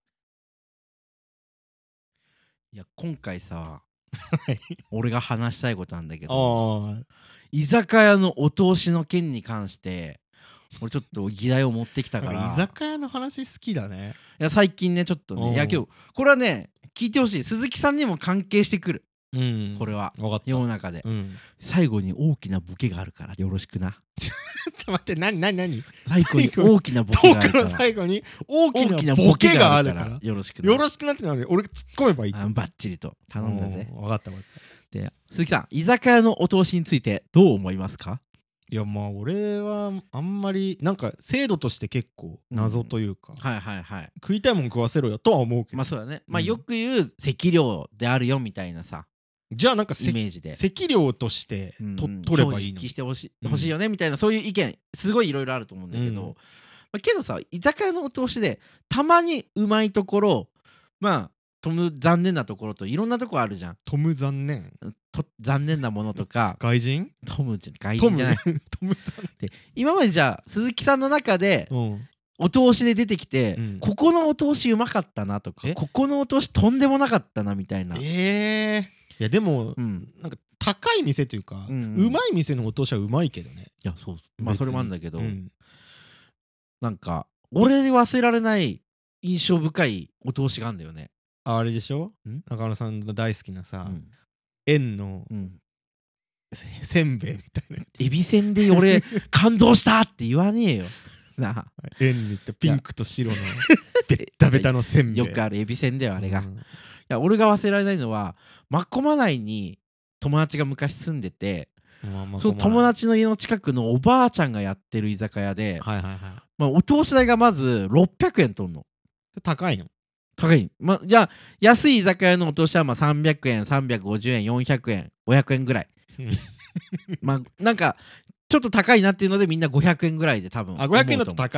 いや今回さ俺が話したいことなんだけど、居酒屋のお通しの件に関して俺ちょっと議題を持ってきたから。 居酒屋の話好きだね。 いや最近ねちょっとね、いや今日これはね聞いてほしい。鈴木さんにも関係してくる、これは世の中で、最後に大きなボケがあるからよろしくな。 ちょっと待って、何最後に大きなボケがあるから。 トークの最後に大きなボケがあるからよろしくな。 よろしくなってなので俺突っ込めばいい。 バッチリと頼んだぜ。 分かった。 で鈴木さん、居酒屋のお通しについてどう思いますか？ いやまあ俺はあんまりなんか制度として結構謎というか、食いたいもん食わせろよとは思うけど、 まあそうだね、まあよく言う席料であるよみたいなさ、 じゃあなんかイメージで席料として取ればいいの、 消費してほしいよねみたいな、そういう意見すごいいろいろあると思うんだけど、けどさ居酒屋のお通しでたまにうまいところ、まあ残念なところといろんなとこあるじゃん。 残念なものとか外人外人じゃないで今までじゃあ鈴木さんの中でお通しで出てきて、ここのお通しうまかったなとか、ここのお通しとんでもなかったなみたいな。 いやでも、なんか高い店というか、うまい店のお通しはうまいけどね。 いやそうまあそれもあるんだけど、なんか俺忘れられない印象深いお通しがあるんだよね。 あれでしょ、中野さんの大好きなさ、円のせんべいみたいな。 エビせんで俺感動したって言わねえよなあ。 円にってピンクと白のベッタベタのせんべい。 よくあるエビせんだよあれが。いや俺が忘れられないのは真駒内に友達が昔住んでて、その友達の家の近くのおばあちゃんがやってる居酒屋で、お通し代がまず600円とんの。 高いの？ 高い。じゃあ安い居酒屋のお通しはまあ300円350円400円500円ぐらいまあなんかちょっと高いなっていうのでみんな500円ぐらいで多分 500円だと高いんだ。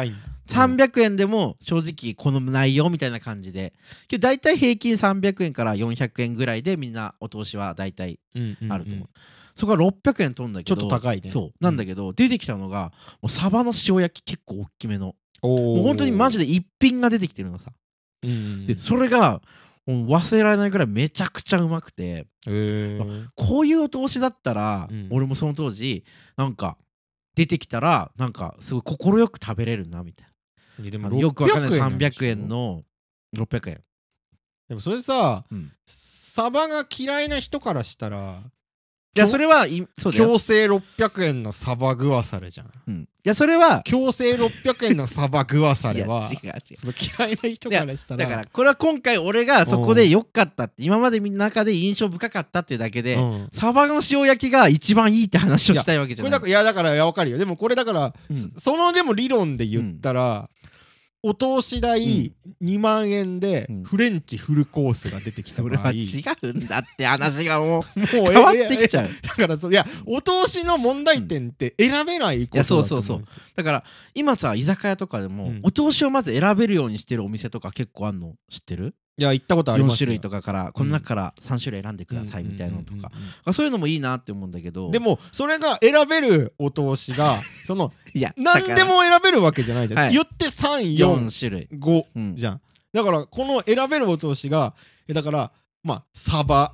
300円でも正直好むないよみたいな感じで、けど大体平均300円から400円ぐらいでみんなお通しは大体あると思う。そこは600円取るんだけど、 ちょっと高いね。 そうなんだけど、出てきたのがもうサバの塩焼き結構大きめの、もう本当にマジで一品が出てきてるのさ。でそれがもう忘れられないぐらいめちゃくちゃうまくて、こういうお通しだったら、俺もその当時なんか出てきたらなんかすごい快く食べれるなみたいな。でもよくわかんない300円の600円。 でもそれさ、サバが嫌いな人からしたら、 いやそれはそうだよ、強制600円のサバグワサレじゃん。 いやそれは強制600円のサバグワサレは違うその嫌いな人からしたら、 だからこれは今回俺がそこで良かったって今までみんな中で印象深かったっていうだけで、サバの塩焼きが一番いいって話をしたいわけじゃない。 いやだから分かるよ。でもこれだから、そのでも理論で言ったら、お通し代2万円でフレンチフルコースが出てきた場合、 それは違うんだって話がもう変わってきちゃう。 だからいやお通しの問題点って選べないことだと思うんですよ。 そうだから今さ居酒屋とかでもお通しをまず選べるようにしてるお店とか結構あんの知ってる？ いや行ったことありますよ。 4種類とかからこの中から3種類選んでくださいみたいなのとか、そういうのもいいなって思うんだけど、 でもそれが選べるお通しがそのいや何でも選べるわけじゃないじゃん。言って3、4種類5じゃん。だからこの選べるお通しがだからまあサバ、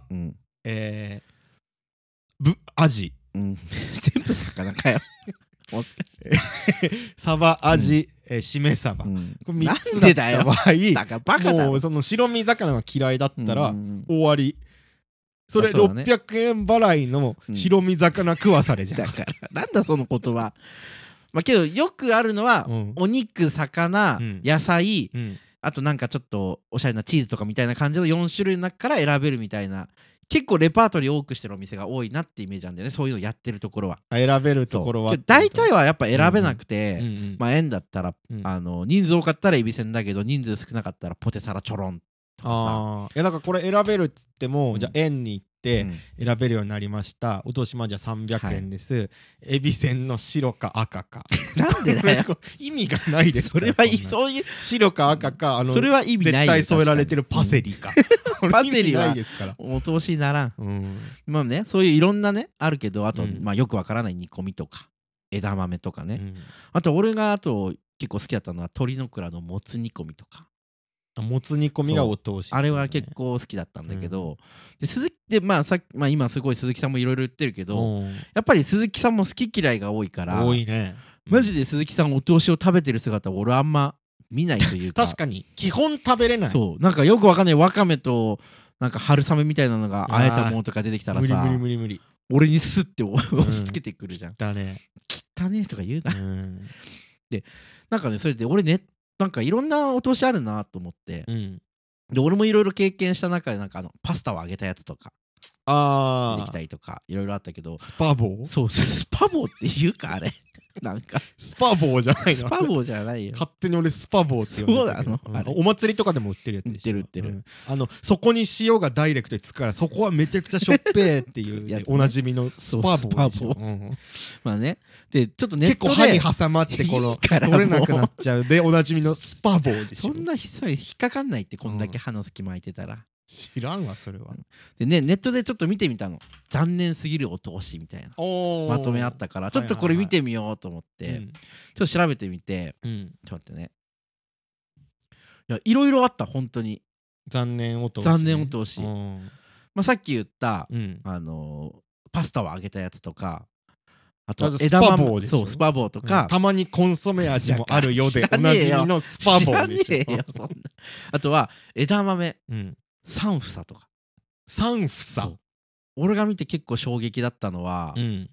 アジ、 全部魚かよ。もしかしてサバ、アジ、しめサバ、これ3つだった場合、もうその白身魚が嫌いだったら終わり。それ600円払いの白身魚食わされじゃん。 だからなんだその言葉。まあけどよくあるのはお肉、魚、野菜、あとなんかちょっとおしゃれなチーズとかみたいな感じの4種類の中から選べるみたいな、結構レパートリー多くしてるお店が多いなってイメージなんだよね、そういうのやってるところは。 選べるところは大体はやっぱ選べなくて、まあ円だったら人数多かったらエビせんだけど、人数少なかったらポテサラちょろんとかさ。 いやだからこれ選べるっつっても、じゃあ円に行って選べるようになりました、お通しまじゃ300円です、エビせんの白か赤か。 なんでだよ意味がないですから。 それはそういう白か赤か、 それは意味ない絶対添えられてるパセリか。 パセリはお通しにならん。まあね、そういういろんなねあるけど、あとまあよくわからない煮込みとか枝豆とかね、あと俺が結構好きだったのは鶏の蔵のもつ煮込みとか。 もつ煮込みがお通し、 あれは結構好きだったんだけど、でまあ今すごい鈴木さんもいろいろ言ってるけど、やっぱり鈴木さんも好き嫌いが多いから、 多いね。 マジで鈴木さんお通しを食べてる姿を俺あんま見ないというか。 確かに基本食べれない。 そうなんかよくわかんないわかめとなんか春雨みたいなのがあえたものとか出てきたらさ、 無理俺にスッて押し付けてくるじゃん。 だね汚ねとか言うな。でなんかね、それで俺ねなんかいろんなお通しあるなと思って、で俺もいろいろ経験した中でなんかパスタを揚げたやつとか出てきたりとかいろいろあったけど、 スパボー？ そうスパボーって言うかあれなんかスパボーじゃないの？ スパボーじゃないよ。 勝手に俺スパボーって呼んでる。そうなの？お祭りとかでも売ってるやつでしょ。 売ってる。 そこに塩がダイレクトにつくからそこはめちゃくちゃしょっぺーっていうおなじみのスパボーでしょ。 まあね、でちょっとネットで結構歯に挟まってこの取れなくなっちゃうでおなじみのスパボーでしょ。 そんな引っかかんないって、こんだけ歯の隙間空いてたら。 知らんわそれは。 でね、ネットでちょっと見てみたの。残念すぎるお通しみたいなまとめあったから、ちょっとこれ見てみようと思ってちょっと調べてみて、ちょっと待ってね。いやいろいろあった本当に。 残念お通し。 まあさっき言ったパスタを揚げたやつとか、あと枝豆、そうスパボーとか、 たまにコンソメ味もあるよでおなじみのスパボーでしょ。 あとは枝豆3房とか。 3房。 俺が見て結構衝撃だったのは、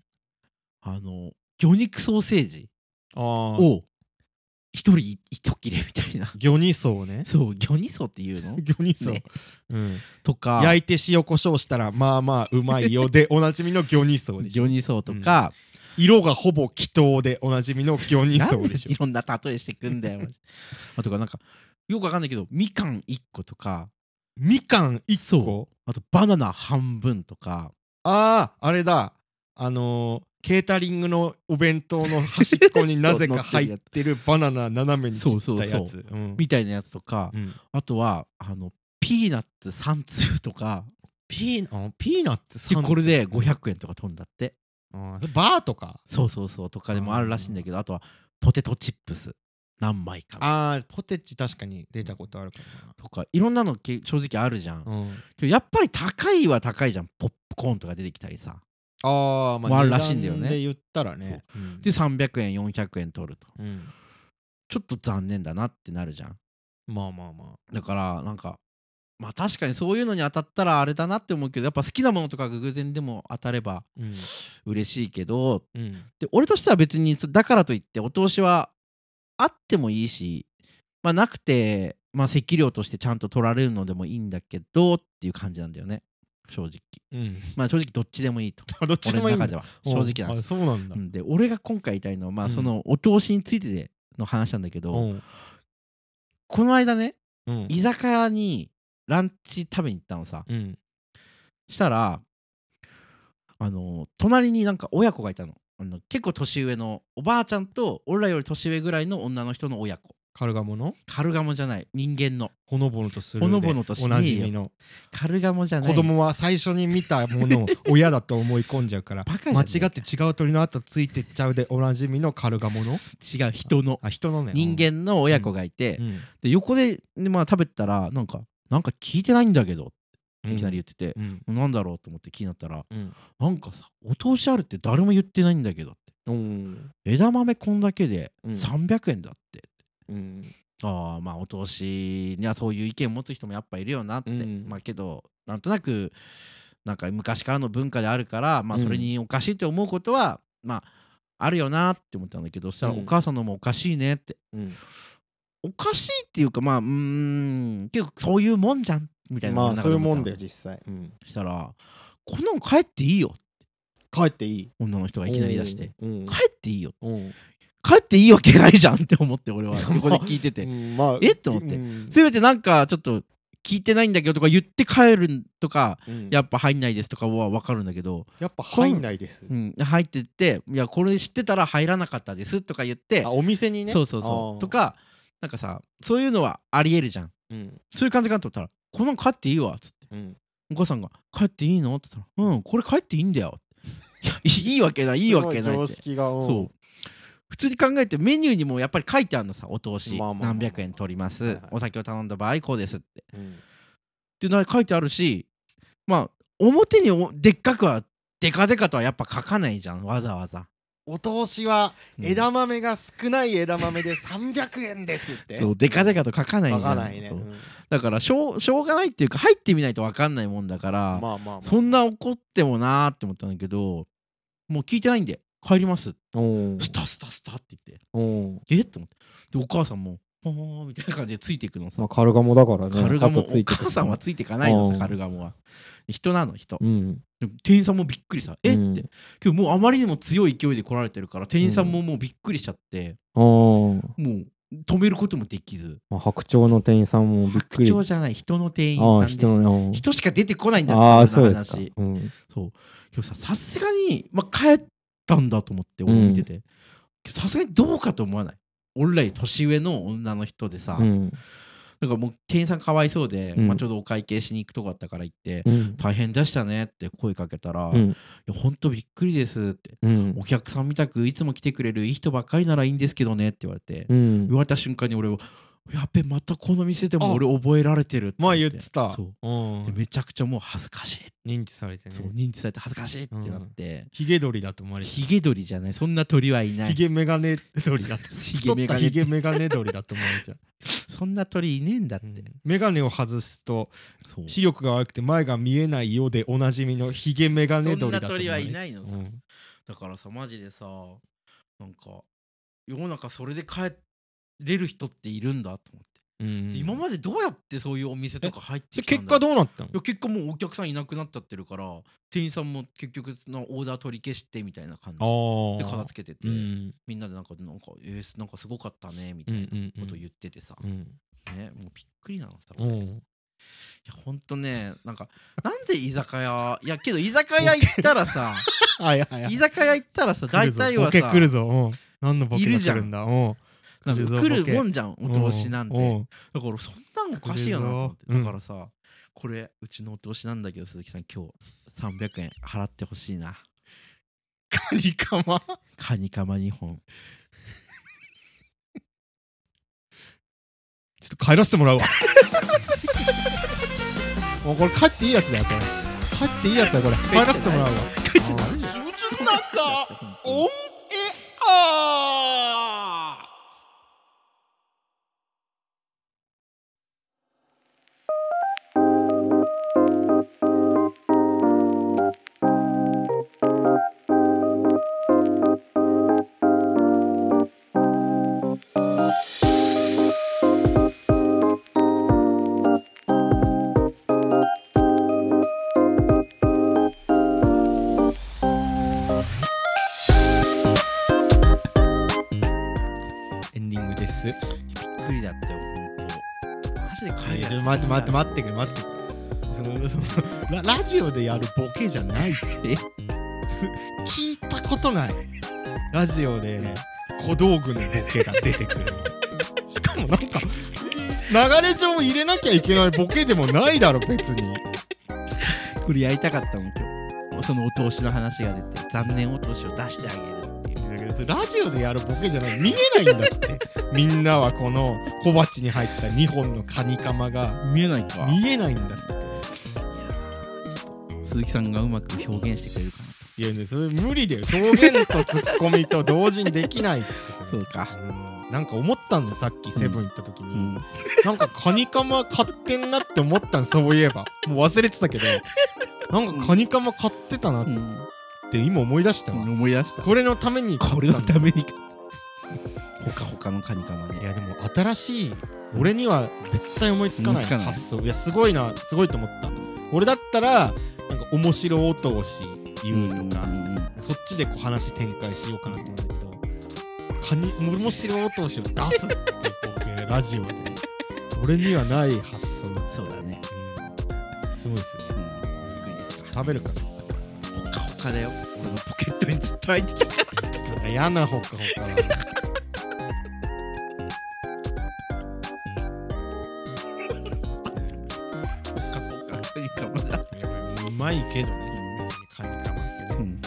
魚肉ソーセージを一人一切れみたいな。 魚煮そうね。 そう、魚煮そうっていうの？ 魚煮そうとか、 焼いて塩コショウしたらまあまあうまいよでおなじみの魚煮そうでしょ。 魚煮そうとか、 色がほぼ黄桃でおなじみの魚煮そうでしょ。 いろんな例えしてくんだよ。あとかなんかよくわかんないけどみかん1個とか。 みかん1個？ あとバナナ半分とか。 あれだ、 ケータリングのお弁当の端っこになぜか入ってるバナナ斜めに切ったやつみたいなやつとか、あとはピーナッツ3粒とか、 ピーナッツ3粒これで500円とか飛んだって。 バーとかそうとかでもあるらしいんだけど、あとはポテトチップス何枚か、 ポテチ確かに出たことあるかなとかいろんなの正直あるじゃん、やっぱり高いは高いじゃん。ポップコーンとか出てきたりさ、 あるらしいんだよね。 で言ったらね。 で300円400円取ると、ちょっと残念だなってなるじゃん。 まあだからなんかまあ確かにそういうのに当たったらあれだなって思うけど、やっぱ好きなものとか偶然でも当たれば嬉しいけど、で俺としては別にだからといってお通しはあってもいいし、まあなくて席料としてちゃんと取られるのでもいいんだけどっていう感じなんだよね、正直。まあ正直どっちでもいいと。 どっちでもいいんだ。 俺の中では正直なんです。 そうなんだ。 で俺が今回言いたいのはまあそのお通しについてでの話なんだけど、この間ね居酒屋にランチ食べに行ったのさ。したら隣になんか親子がいたの。結構年上のおばあちゃんと俺らより年上ぐらいの女の人の親子。 カルガモの？ カルガモじゃない、人間の。 ほのぼのとするほのぼのとしおなじみの。 カルガモじゃない。 子供は最初に見たものを親だと思い込んじゃうから間違って違う鳥の後ついてっちゃうでおなじみのカルガモの？ 違う、人の。 人のね。 人間の親子がいて、で横で食べてたらなんか聞いてないんだけどいきなり言ってて、なんだろうと思って気になったら、なんかさお通しあるって誰も言ってないんだけどって、枝豆こんだけで300円だって、まあお通しにはそういう意見を持つ人もやっぱいるよなって、まあけどなんとなくなんか昔からの文化であるから、まあそれにおかしいって思うことはまああるよなって思ったんだけど、そしたらお母さんのもおかしいねって、おかしいっていうかまあ結構そういうもんじゃんみたいな。 まあそういうもんだよ実際。 したらこんなの帰っていいよ、 帰っていい、 女の人がいきなり出して、帰っていいよ、帰っていいわけないじゃんって思って、俺は横で聞いててえって思って、せめてなんかちょっと聞いてないんだけどとか言って帰るとか、やっぱ入んないですとかは分かるんだけど、 やっぱ入んないです、 入ってっていやこれ知ってたら入らなかったですとか言って、 お店にね、 そうとかなんかさ、そういうのはありえるじゃん、そういう感じかと思ったら、こんなの帰っていいわっつって、お母さんが帰っていいのって言ったら、これ帰っていいんだよいやいいわけないいいわけないって、 常識が、 そう普通に考えてメニューにもやっぱり書いてあるのさ、お通し何百円取ります、お酒を頼んだ場合こうですって、っていうのは書いてあるし、まあ表にでっかくはデカデカとはやっぱ書かないじゃん、わざわざ。 お通しは枝豆が少ない枝豆で300円ですって、 そうデカデカと書かないじゃん。 書かないね、 だからしょうがないっていうか、入ってみないと分かんないもんだから、そんな怒ってもなーって思ったんだけど、もう聞いてないんで帰りますスタスタスタって言ってって思って、でお母さんもみたいな感じでついていくのさ。 カルガモだからね。 カルガモ、お母さんはついていかないのさ、カルガモは人なの、人。店員さんもびっくりさ、って今日もうあまりにも強い勢いで来られてるから、店員さんももうびっくりしちゃって、もう止めることもできず。 白鳥の店員さんもびっくり。 白鳥じゃない、人の店員さんです。人しか出てこないんだって、話。そう今日さすがに帰ったんだと思って俺見てて、さすがにどうかと思わない？俺らより年上の女の人でさ、なんかもう店員さんかわいそうで、ちょうどお会計しに行くとこだったから行って、大変でしたねって声かけたら、いやほんとびっくりですって、お客さんみたくいつも来てくれるいい人ばっかりならいいんですけどねって言われて、言われた瞬間に俺はやっべまたこの店でも俺覚えられてるって言ってた。 でめちゃくちゃもう恥ずかしい、 認知されてね。 そう認知されて恥ずかしいってなって、 ヒゲ鳥だと思われて、 ヒゲ鳥じゃない、そんな鳥はいない。 ヒゲメガネ鳥だとヒゲメガネ鳥だと思われちゃうそんな鳥いねえんだって、 メガネを外すと視力が悪くて前が見えないようでおなじみのヒゲメガネ鳥だと思われちゃう。 そんな鳥はいないのさ、だからさマジでさ、なんか世の中それで帰れる人っているんだと思って、今までどうやってそういうお店とか入ってきたんだ。 結果どうなったの？ いや結果もうお客さんいなくなっちゃってるから、店員さんも結局のオーダー取り消してみたいな感じで片付けてて、みんなでなんかすごかったねみたいなこと言っててさ、ねもうびっくりなのさ。 やほんとね、なんで居酒屋、いやけど居酒屋行ったらさ居酒屋行ったらさ大体はさボケ来るぞ。何のボケが来るんだ。 なんか来るもんじゃん、お通しなんて。だからそんなんおかしいよなと思って。だからさ、これうちのお通しなんだけど、鈴木さん今日300円払ってほしいな。 カニカマカニカマ2本。 ちょっと帰らせてもらうわ。もうこれ帰っていいやつだよ、これ。帰っていいやつだよ、これ。帰らせてもらうわ。 帰ってない。 鈴中オンエア。 びっくりだったよ、ほんと。マジで帰る。 待ってくれ。ラジオでやるボケじゃない。聞いたことない。ラジオで小道具のボケが出てくる。しかもなんか流れ上入れなきゃいけないボケでもないだろ、別に。 これやりたかったもん、今日。そのお通しの話が出て、残念お通しを出してあげるっていう。 だけどラジオでやるボケじゃない、見えないんだって。みんなはこの小鉢に入った2本のカニカマが見えないか。 見えないんだって。いや鈴木さんがうまく表現してくれるかなと。 いやね、それ無理だよ。表現とツッコミと同時にできないって。 そうか。 なんか思ったんだよ、さっきセブン行った時に。なんかカニカマ買ってんなって思ったん、そういえば。もう忘れてたけど、なんかカニカマ買ってたなって今思い出したわ。 思い出した。 これのために。 これのために。ほかほかのカニカマね。 いやでも新しい、俺には絶対思いつかない発想。いやすごいな、すごいと思った。俺だったらなんか面白お通し言うとか、そっちでこう話展開しようかなと思うんだけど、カニ面白お通しを出すって僕ラジオで俺にはない発想。 そうだね。 すごいですね。食べるかな。 ほかほかだよ。俺のポケットにずっと入ってた。 なんか嫌なほかほかだ。うまいけどね、カニカマってね。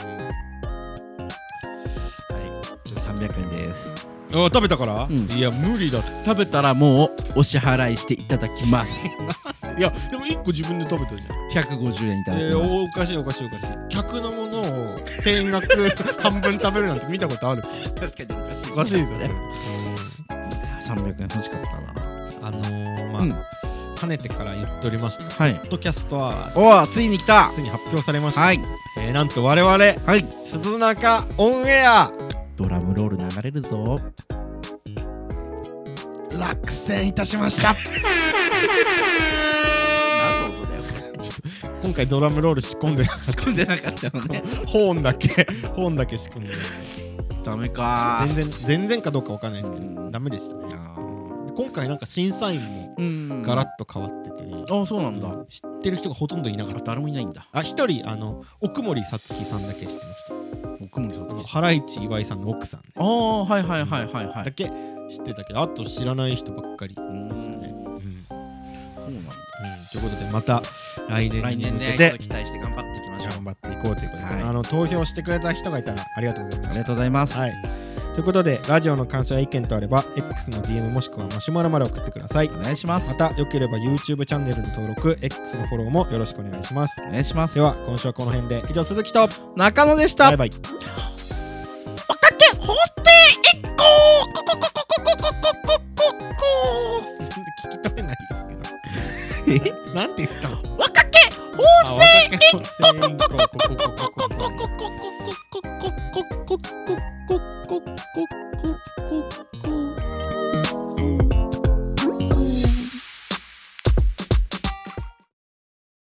はい、300円です。 食べたから？いや無理だ。 食べたらもうお支払いしていただきます。 いやでも1個自分で食べたじゃん。 150円いただきます。 おかしい。客のものを定額半分食べるなんて見たことある？ 確かにおかしいですよね。 300円欲しかったな。かねてから言っておりました、ポッドキャストアワード、 ついに来た。 ついに発表されました。なんと我々、鈴中オンエアドラムロール流れるぞ。 落選いたしました。 何の音だよこれ。 今回ドラムロール仕込んでなかった。 仕込んでなかったのね。 ホーンだけ仕込んで。 ダメか。 全然かどうかわかんないですけど、ダメでしたね。今回なんか審査員もガラッと変わってて、 あ、そうなんだ。 知ってる人がほとんどいなかった。 誰もいないんだ。 一人奥森さつきさんだけ知ってました。奥森さつき、ハライチ岩井さんの奥さんね。 はいだけ知ってたけど、あと知らない人ばっかりですね。 そうなんだ。 ということでまた来年に向けて期待して頑張っていきましょう。 頑張っていこうということで、投票してくれた人がいたらありがとうございます。 ありがとうございます。 ということで、ラジオの感想や意見とあれば X の DM もしくはマシュマロまで送ってください。 お願いします。 またよければ YouTube チャンネルの登録、X のフォローもよろしくお願いします。 お願いします。 では今週はこの辺で、以上鈴木と中野でした。 バイバイ。 おかけ放っていこう。ココココココココココ。 聞き取れないですけど。なんて言ったの？ おかけ放っていこう。ココココココココココココ。